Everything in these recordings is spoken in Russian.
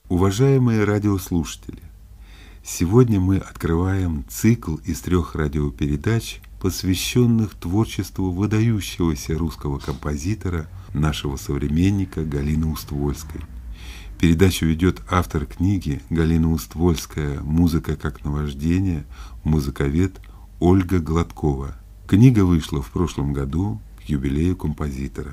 Уважаемые радиослушатели, сегодня мы открываем цикл из 3 радиопередач, посвященных творчеству выдающегося русского композитора, нашего современника Галины Уствольской. Передачу ведет автор книги Галина Уствольская «Музыка как наваждение», музыковед Ольга Гладкова. Книга вышла в прошлом году к юбилею композитора.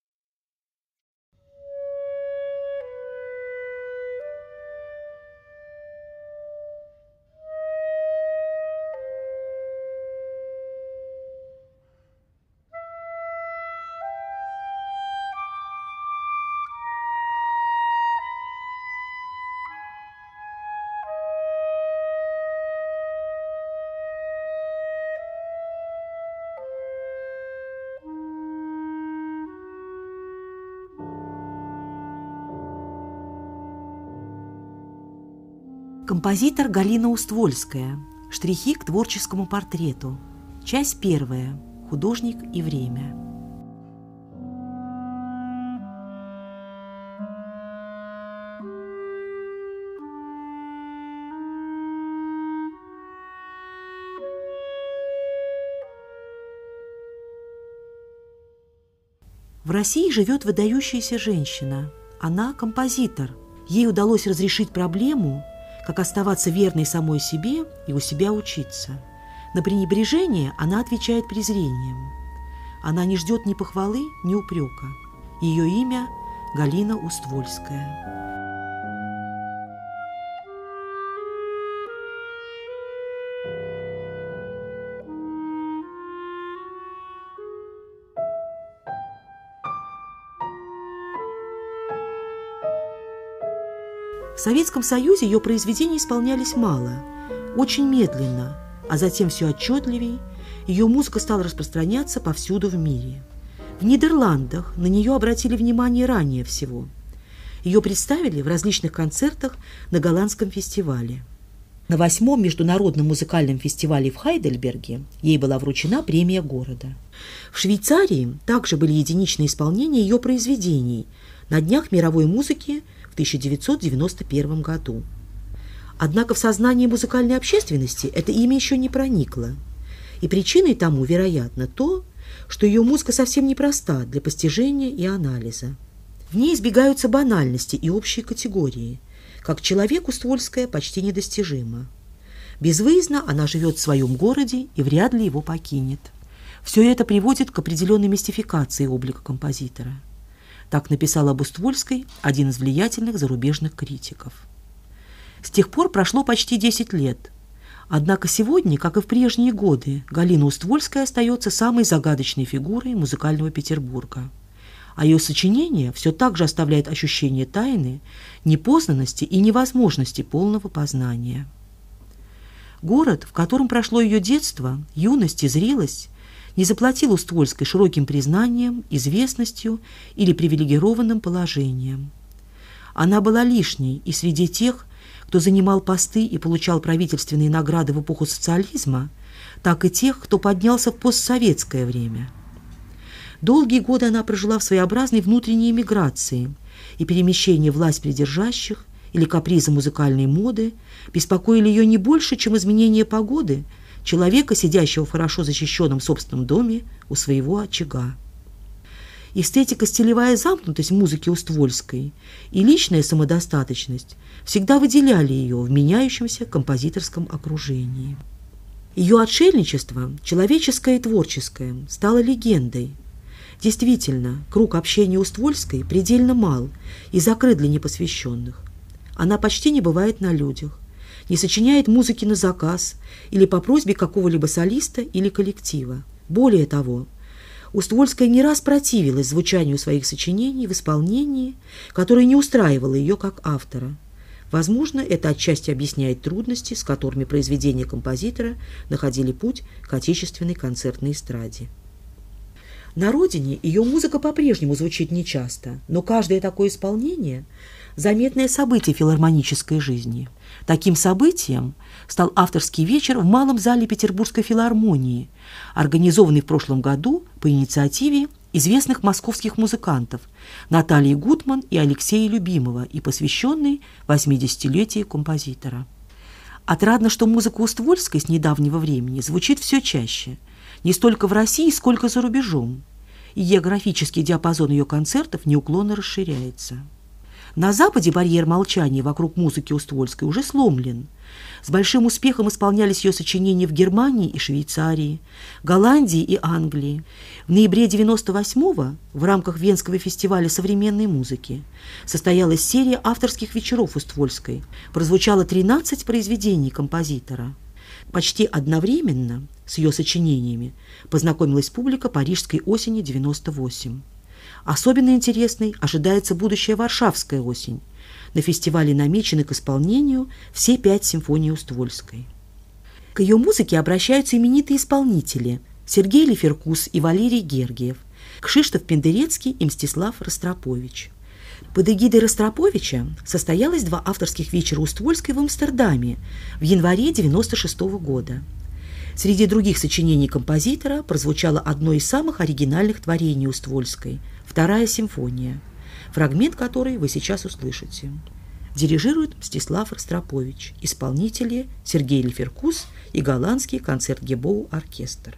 Композитор Галина Уствольская. Штрихи к творческому портрету. Часть 1. Художник и время. В России живет выдающаяся женщина. Она композитор. Ей удалось разрешить проблему, как оставаться верной самой себе и у себя учиться. На пренебрежение она отвечает презрением. Она не ждет ни похвалы, ни упрека. Ее имя – Галина Уствольская. В Советском Союзе ее произведения исполнялись мало, очень медленно, а затем все отчетливей. Ее музыка стала распространяться повсюду в мире. В Нидерландах на нее обратили внимание ранее всего. Ее представили в различных концертах на голландском фестивале. На 8-м международном музыкальном фестивале в Хайдельберге ей была вручена премия города. В Швейцарии также были единичные исполнения ее произведений на Днях мировой музыки в 1991 году. Однако в сознание музыкальной общественности это имя еще не проникло. И причиной тому, вероятно, то, что ее музыка совсем непроста для постижения и анализа. В ней избегаются банальности и общие категории. Как человек Уствольская почти недостижима. Безвыездно она живет в своем городе и вряд ли его покинет. Все это приводит к определенной мистификации облика композитора. Так написал об Уствольской один из влиятельных зарубежных критиков. С тех пор прошло почти 10 лет. Однако сегодня, как и в прежние годы, Галина Уствольская остается самой загадочной фигурой музыкального Петербурга. А ее сочинение все так же оставляет ощущение тайны, непознанности и невозможности полного познания. Город, в котором прошло ее детство, юность и зрелость, не заплатил Уствольской широким признанием, известностью или привилегированным положением. Она была лишней и среди тех, кто занимал посты и получал правительственные награды в эпоху социализма, так и тех, кто поднялся в постсоветское время. Долгие годы она прожила в своеобразной внутренней эмиграции, и перемещение власть придержащих или капризы музыкальной моды беспокоили ее не больше, чем изменение погоды человека, сидящего в хорошо защищенном собственном доме у своего очага. Эстетико-стилевая замкнутость музыки Уствольской и личная самодостаточность всегда выделяли ее в меняющемся композиторском окружении. Ее отшельничество, человеческое и творческое, стало легендой. Действительно, круг общения Уствольской предельно мал и закрыт для непосвященных. Она почти не бывает на людях, не сочиняет музыки на заказ или по просьбе какого-либо солиста или коллектива. Более того, Уствольская не раз противилась звучанию своих сочинений в исполнении, которое не устраивало ее как автора. Возможно, это отчасти объясняет трудности, с которыми произведения композитора находили путь к отечественной концертной эстраде. На родине ее музыка по-прежнему звучит нечасто, но каждое такое исполнение – заметное событие филармонической жизни. Таким событием стал авторский вечер в Малом зале Петербургской филармонии, организованный в прошлом году по инициативе известных московских музыкантов Натальи Гутман и Алексея Любимова и посвященный 80-летию композитора. Отрадно, что музыка Уствольской с недавнего времени звучит все чаще, не столько в России, сколько за рубежом, и географический диапазон ее концертов неуклонно расширяется. На Западе барьер молчания вокруг музыки Уствольской уже сломлен. С большим успехом исполнялись ее сочинения в Германии и Швейцарии, Голландии и Англии. В ноябре 1998-го в рамках Венского фестиваля современной музыки состоялась серия авторских вечеров Уствольской. Прозвучало 13 произведений композитора. Почти одновременно с ее сочинениями познакомилась публика Парижской осени 1998. Особенно интересной ожидается будущая Варшавская осень. На фестивале намечены к исполнению все 5 симфоний Уствольской. К ее музыке обращаются именитые исполнители Сергей Леферкус и Валерий Гергиев, Кшиштоф Пендерецкий и Мстислав Ростропович. Под эгидой Ростроповича состоялось 2 авторских вечера Уствольской в Амстердаме в январе 1996 года. Среди других сочинений композитора прозвучало одно из самых оригинальных творений Уствольской – «Вторая симфония», фрагмент которой вы сейчас услышите. Дирижирует Мстислав Ростропович, исполнители Сергей Леферкус и голландский концертгебоу-оркестр.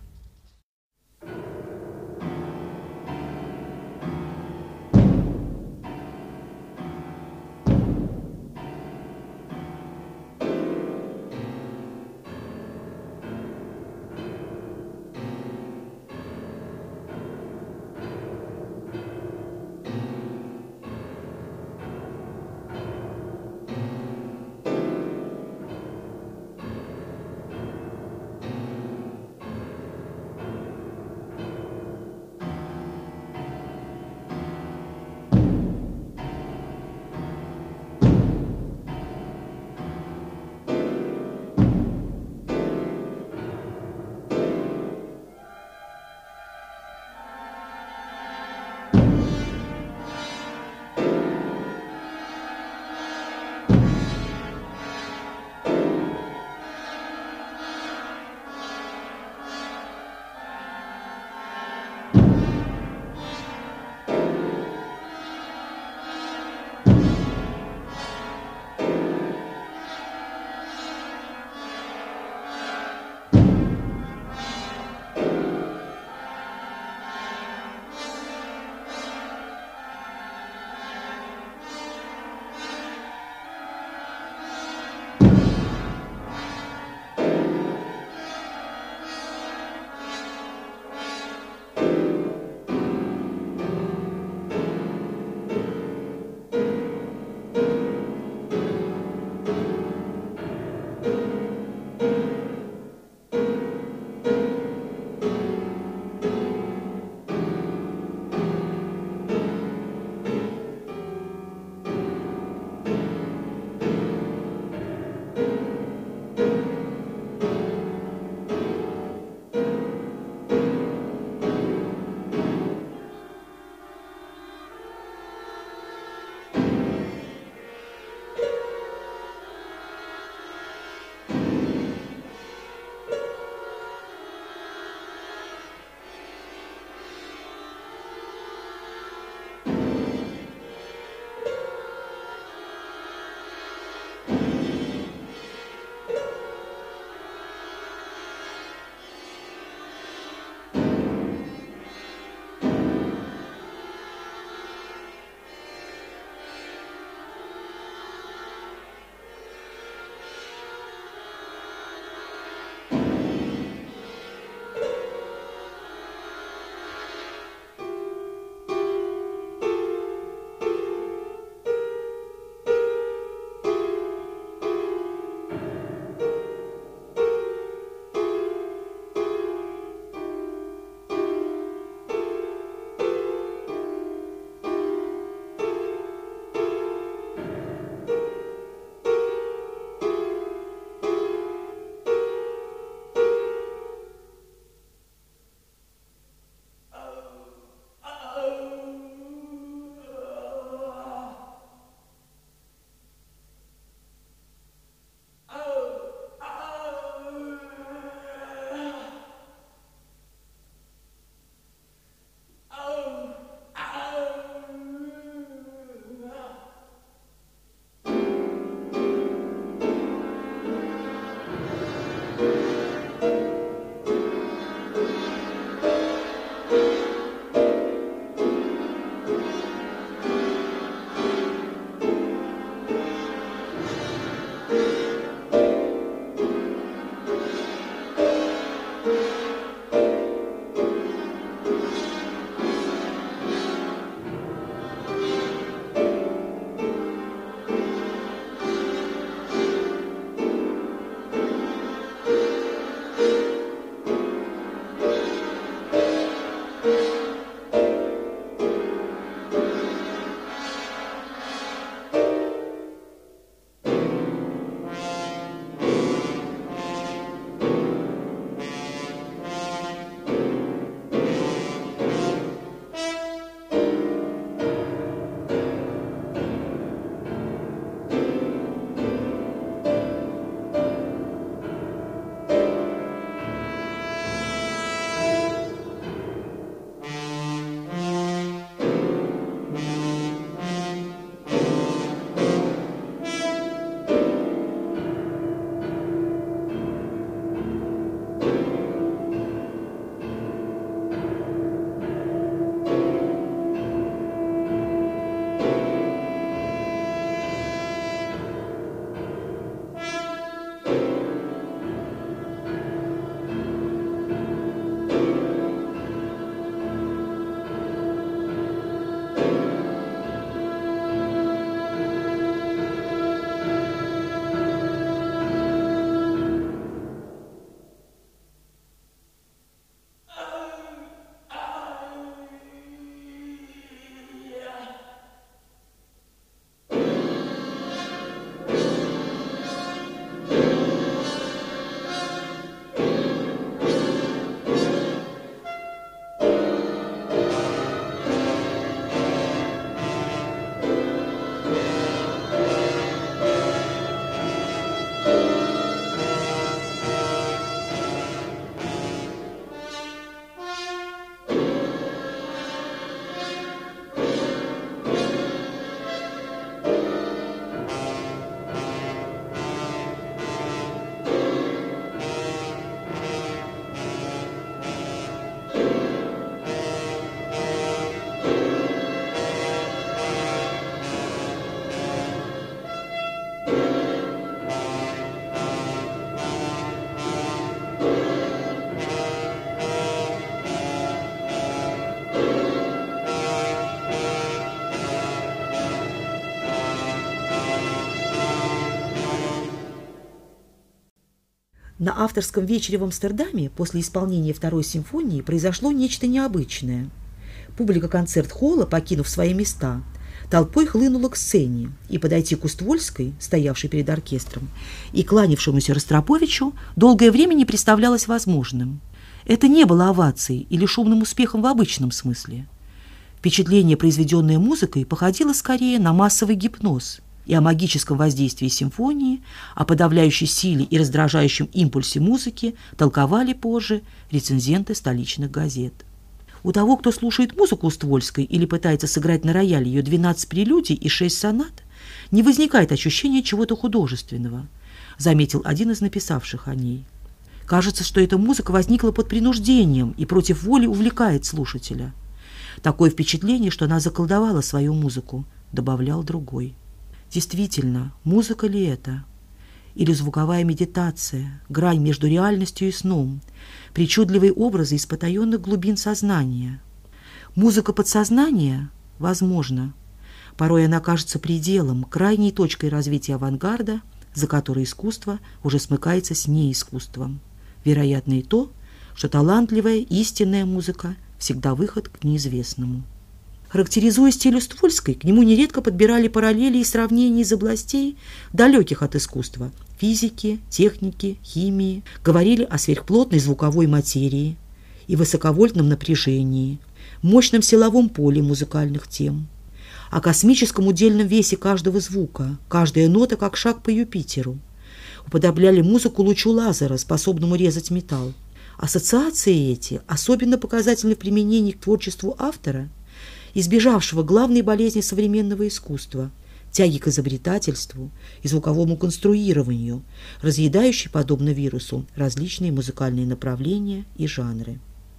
На авторском вечере в Амстердаме после исполнения второй симфонии произошло нечто необычное. Публика концерт-холла, покинув свои места, толпой хлынула к сцене, и подойти к Уствольской, стоявшей перед оркестром, и кланявшемуся Ростроповичу долгое время не представлялось возможным. Это не было овацией или шумным успехом в обычном смысле. Впечатление, произведенное музыкой, походило скорее на массовый гипноз, и о магическом воздействии симфонии, о подавляющей силе и раздражающем импульсе музыки толковали позже рецензенты столичных газет. У того, кто слушает музыку Уствольской или пытается сыграть на рояле ее 12 прелюдий и 6 сонат, не возникает ощущения чего-то художественного, заметил один из написавших о ней. Кажется, что эта музыка возникла под принуждением и против воли увлекает слушателя. Такое впечатление, что она заколдовала свою музыку, добавлял другой. Действительно, музыка ли это? Или звуковая медитация, грань между реальностью и сном, причудливые образы из потаенных глубин сознания? Музыка подсознания? Возможно. Порой она кажется пределом, крайней точкой развития авангарда, за которой искусство уже смыкается с неискусством. Вероятно и то, что талантливая, истинная музыка всегда выход к неизвестному. Характеризуя стиль Уствольской, к нему нередко подбирали параллели и сравнения из областей, далеких от искусства – физики, техники, химии, говорили о сверхплотной звуковой материи и высоковольтном напряжении, мощном силовом поле музыкальных тем, о космическом удельном весе каждого звука, каждая нота как шаг по Юпитеру, уподобляли музыку лучу лазера, способному резать металл. Ассоциации эти особенно показательны в применении к творчеству автора, избежавшего главной болезни современного искусства – тяги к изобретательству и звуковому конструированию, разъедающей, подобно вирусу, различные музыкальные направления и жанры.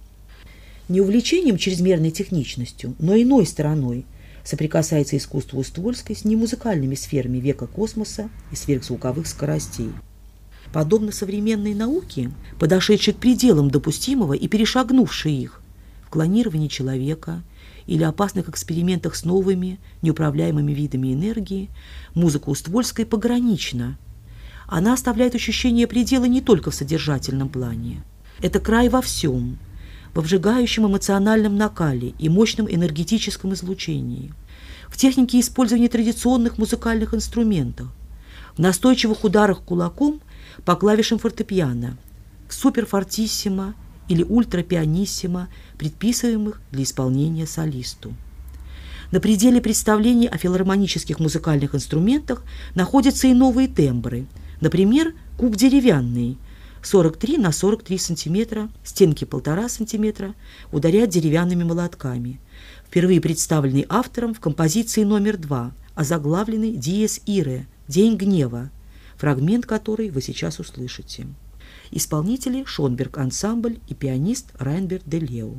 Не увлечением чрезмерной техничностью, но иной стороной соприкасается искусство Уствольской с немузыкальными сферами века космоса и сверхзвуковых скоростей. Подобно современной науке, подошедшей к пределам допустимого и перешагнувшей их, в клонировании человека или опасных экспериментах с новыми, неуправляемыми видами энергии, музыка Уствольской погранична. Она оставляет ощущение предела не только в содержательном плане. Это край во всем, во вжигающем эмоциональном накале и мощном энергетическом излучении, в технике использования традиционных музыкальных инструментов, в настойчивых ударах кулаком по клавишам фортепиано, в суперфортиссимо или ультрапианиссимо, предписываемых для исполнения солисту. На пределе представлений о филармонических музыкальных инструментах находятся и новые тембры, например, куб деревянный, 43 на 43 сантиметра, стенки 1,5 сантиметра, ударяют деревянными молотками, впервые представленный автором в композиции номер 2, озаглавленный «Диес Ире» – «День гнева», фрагмент которой вы сейчас услышите. Исполнители – Шонберг ансамбль и пианист Райнберт де Лео.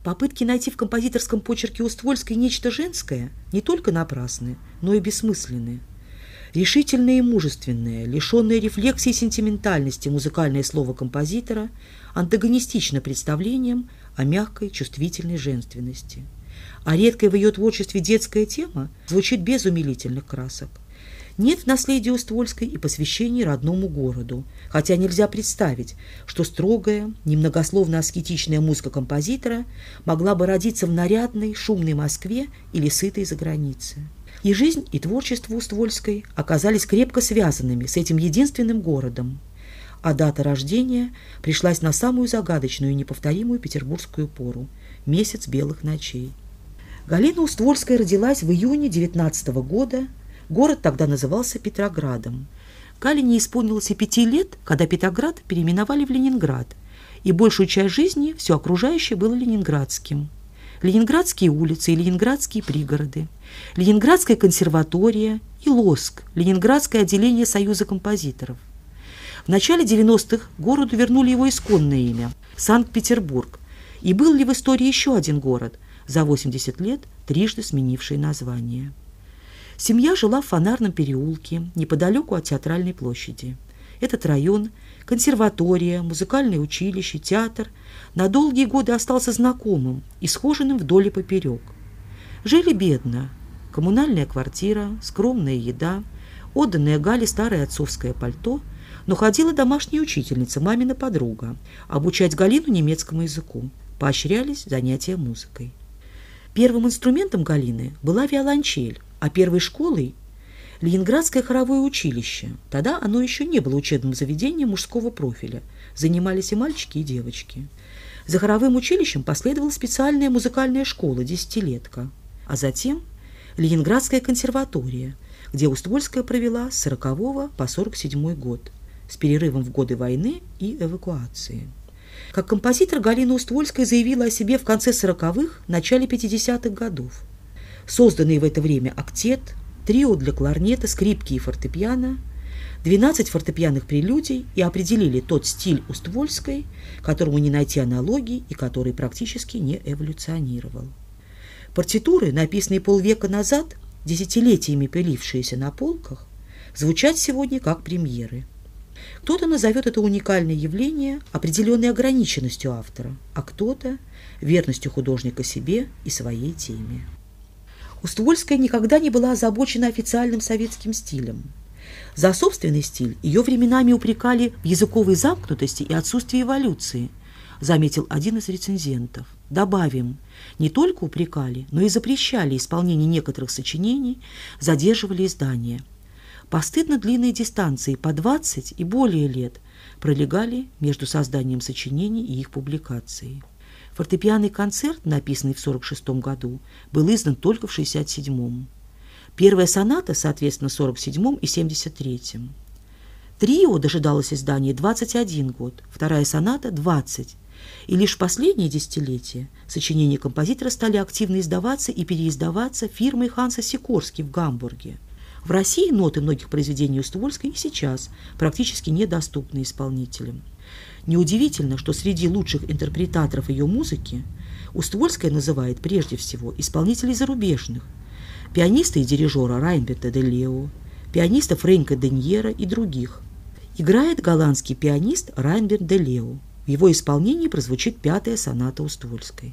Попытки найти в композиторском почерке Уствольской нечто женское не только напрасны, но и бессмысленны. Решительное и мужественное, лишенное рефлексии и сентиментальности музыкальное слово композитора антагонистично представлениям о мягкой, чувствительной женственности. А редкая в ее творчестве детская тема звучит без умилительных красок. Нет в наследии Уствольской и посвящений родному городу, хотя нельзя представить, что строгая, немногословно-аскетичная музыка композитора могла бы родиться в нарядной, шумной Москве или сытой за границей. И жизнь, и творчество Уствольской оказались крепко связанными с этим единственным городом, а дата рождения пришлась на самую загадочную и неповторимую петербургскую пору – месяц белых ночей. Галина Уствольская родилась в июне 19 года. Город тогда назывался Петроградом. Галине исполнилось и 5 лет, когда Петроград переименовали в Ленинград, и большую часть жизни все окружающее было ленинградским. Ленинградские улицы и ленинградские пригороды, Ленинградская консерватория и ЛОСК, Ленинградское отделение Союза композиторов. В начале 90-х городу вернули его исконное имя – Санкт-Петербург. И был ли в истории еще один город, за 80 лет трижды сменивший название? Семья жила в Фонарном переулке, неподалеку от Театральной площади. Этот район, консерватория, музыкальное училище, театр на долгие годы остался знакомым и схоженным вдоль и поперек. Жили бедно. Коммунальная квартира, скромная еда, отданное Гале старое отцовское пальто, но ходила домашняя учительница, мамина подруга, обучать Галину немецкому языку. Поощрялись занятия музыкой. Первым инструментом Галины была виолончель, а первой школой – Ленинградское хоровое училище. Тогда оно еще не было учебным заведением мужского профиля. Занимались и мальчики, и девочки. За хоровым училищем последовала специальная музыкальная школа «Десятилетка», а затем Ленинградская консерватория, где Уствольская провела с 40 по 47 год, с перерывом в годы войны и эвакуации. Как композитор Галина Уствольская заявила о себе в конце 40-х, начале 50-х годов. Созданные в это время октет, трио для кларнета, скрипки и фортепиано, 12 фортепианных прелюдий и определили тот стиль Уствольской, которому не найти аналогий и который практически не эволюционировал. Партитуры, написанные полвека назад, десятилетиями пылившиеся на полках, звучат сегодня как премьеры. Кто-то назовет это уникальное явление определенной ограниченностью автора, а кто-то – верностью художника себе и своей теме. Уствольская никогда не была озабочена официальным советским стилем. За собственный стиль ее временами упрекали в языковой замкнутости и отсутствии эволюции, заметил один из рецензентов. Добавим, не только упрекали, но и запрещали исполнение некоторых сочинений, задерживали издание. Постыдно длинные дистанции по 20 и более лет пролегали между созданием сочинений и их публикацией. Фортепианный концерт, написанный в 1946 году, был издан только в 1967. Первая соната, соответственно, в 1947 и 1973. Трио дожидалось издания 21 год, вторая соната – 20. И лишь в последние десятилетия сочинения композитора стали активно издаваться и переиздаваться фирмой Ханса Сикорски в Гамбурге. В России ноты многих произведений Уствольской и сейчас практически недоступны исполнителям. Неудивительно, что среди лучших интерпретаторов ее музыки Уствольская называет прежде всего исполнителей зарубежных, пианиста и дирижера Райнберта де Лео, пианиста Фрэнка Деньера и других. Играет голландский пианист Райнберт де Лео. В его исполнении прозвучит 5-я соната Уствольской.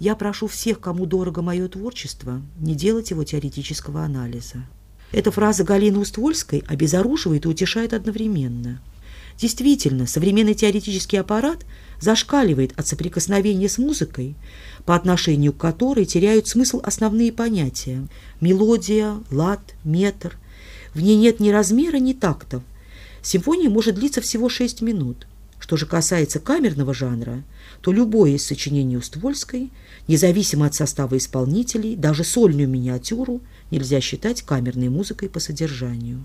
Я прошу всех, кому дорого мое творчество, не делать его теоретического анализа. Эта фраза Галины Уствольской обезоруживает и утешает одновременно. Действительно, современный теоретический аппарат зашкаливает от соприкосновения с музыкой, по отношению к которой теряют смысл основные понятия – мелодия, лад, метр. В ней нет ни размера, ни тактов. Симфония может длиться всего 6 минут. Что же касается камерного жанра, то любое из сочинений Уствольской, независимо от состава исполнителей, даже сольную миниатюру нельзя считать камерной музыкой по содержанию.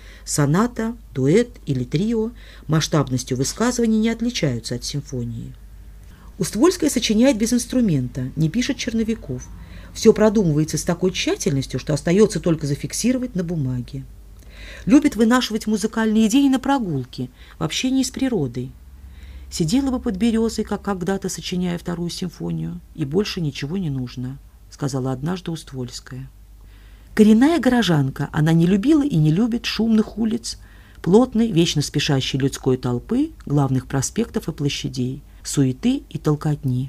Соната, дуэт или трио масштабностью высказываний не отличаются от симфонии. Уствольская сочиняет без инструмента, не пишет черновиков. Все продумывается с такой тщательностью, что остается только зафиксировать на бумаге. Любит вынашивать музыкальные идеи на прогулке, в общении с природой. Сидела бы под березой, как когда-то, сочиняя вторую симфонию, и больше ничего не нужно, сказала однажды Уствольская. Коренная горожанка, она не любила и не любит шумных улиц, плотной, вечно спешащей людской толпы, главных проспектов и площадей, суеты и толкотни.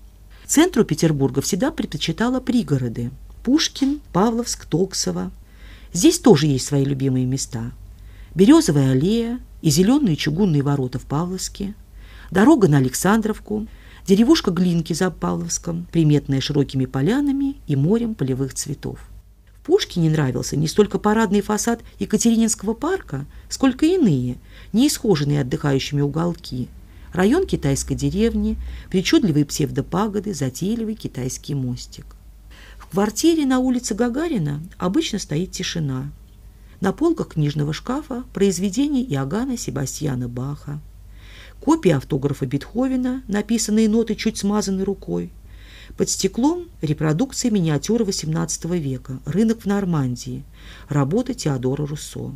Центру Петербурга всегда предпочитала пригороды – Пушкин, Павловск, Толксово. Здесь тоже есть свои любимые места. Березовая аллея и зеленые чугунные ворота в Павловске, дорога на Александровку, деревушка Глинки за Павловском, приметная широкими полянами и морем полевых цветов. В Пушкине нравился не столько парадный фасад Екатерининского парка, сколько иные, не исхоженные отдыхающими уголки. Район китайской деревни, причудливые псевдопагоды, затейливый китайский мостик. В квартире на улице Гагарина обычно стоит тишина. На полках книжного шкафа произведения Иоганна Себастьяна Баха, копии автографа Бетховена, написанные ноты чуть смазанной рукой. Под стеклом репродукции миниатюры XVIII века «Рынок в Нормандии», работа Теодора Руссо.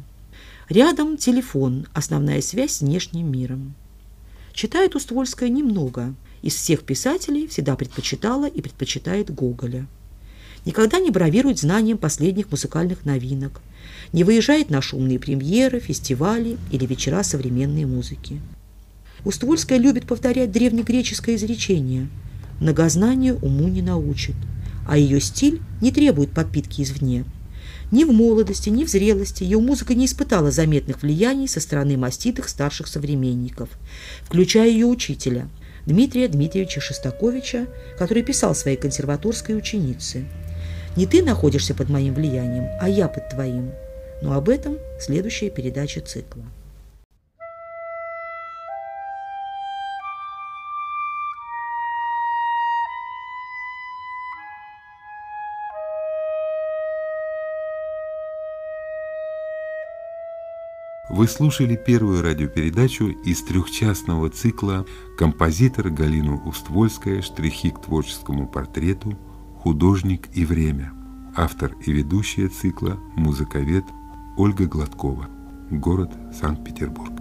Рядом телефон, основная связь с внешним миром. Читает Уствольская немного. Из всех писателей всегда предпочитала и предпочитает Гоголя. Никогда не бравирует знанием последних музыкальных новинок, не выезжает на шумные премьеры, фестивали или вечера современной музыки. Уствольская любит повторять древнегреческое изречение «Многознание уму не научит», а ее стиль не требует подпитки извне. Ни в молодости, ни в зрелости ее музыка не испытала заметных влияний со стороны маститых старших современников, включая ее учителя, Дмитрия Дмитриевича Шостаковича, который писал своей консерваторской ученице: «Не ты находишься под моим влиянием, а я под твоим». Но об этом следующая передача цикла. Вы слушали первую радиопередачу из трехчастного цикла «Композитор Галина Уствольская. Штрихи к творческому портрету. Художник и время». Автор и ведущая цикла – музыковед Ольга Гладкова. Город Санкт-Петербург.